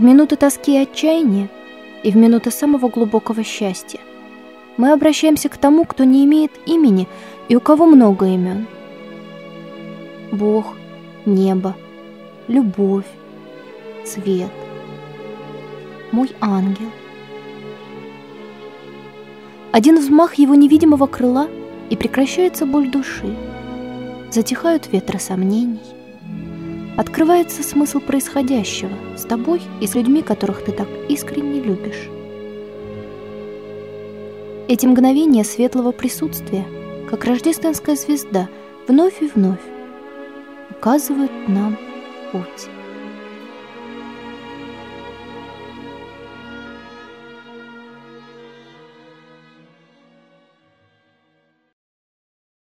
В минуты тоски и отчаяния и в минуты самого глубокого счастья мы обращаемся к тому, кто не имеет имени и у кого много имен. Бог, небо, любовь, свет, мой ангел. Один взмах его невидимого крыла, и прекращается боль души, затихают ветры сомнений, открывается смысл происходящего с тобой и с людьми, которых ты так искренне любишь. Эти мгновения светлого присутствия, как рождественская звезда, вновь и вновь указывают нам путь.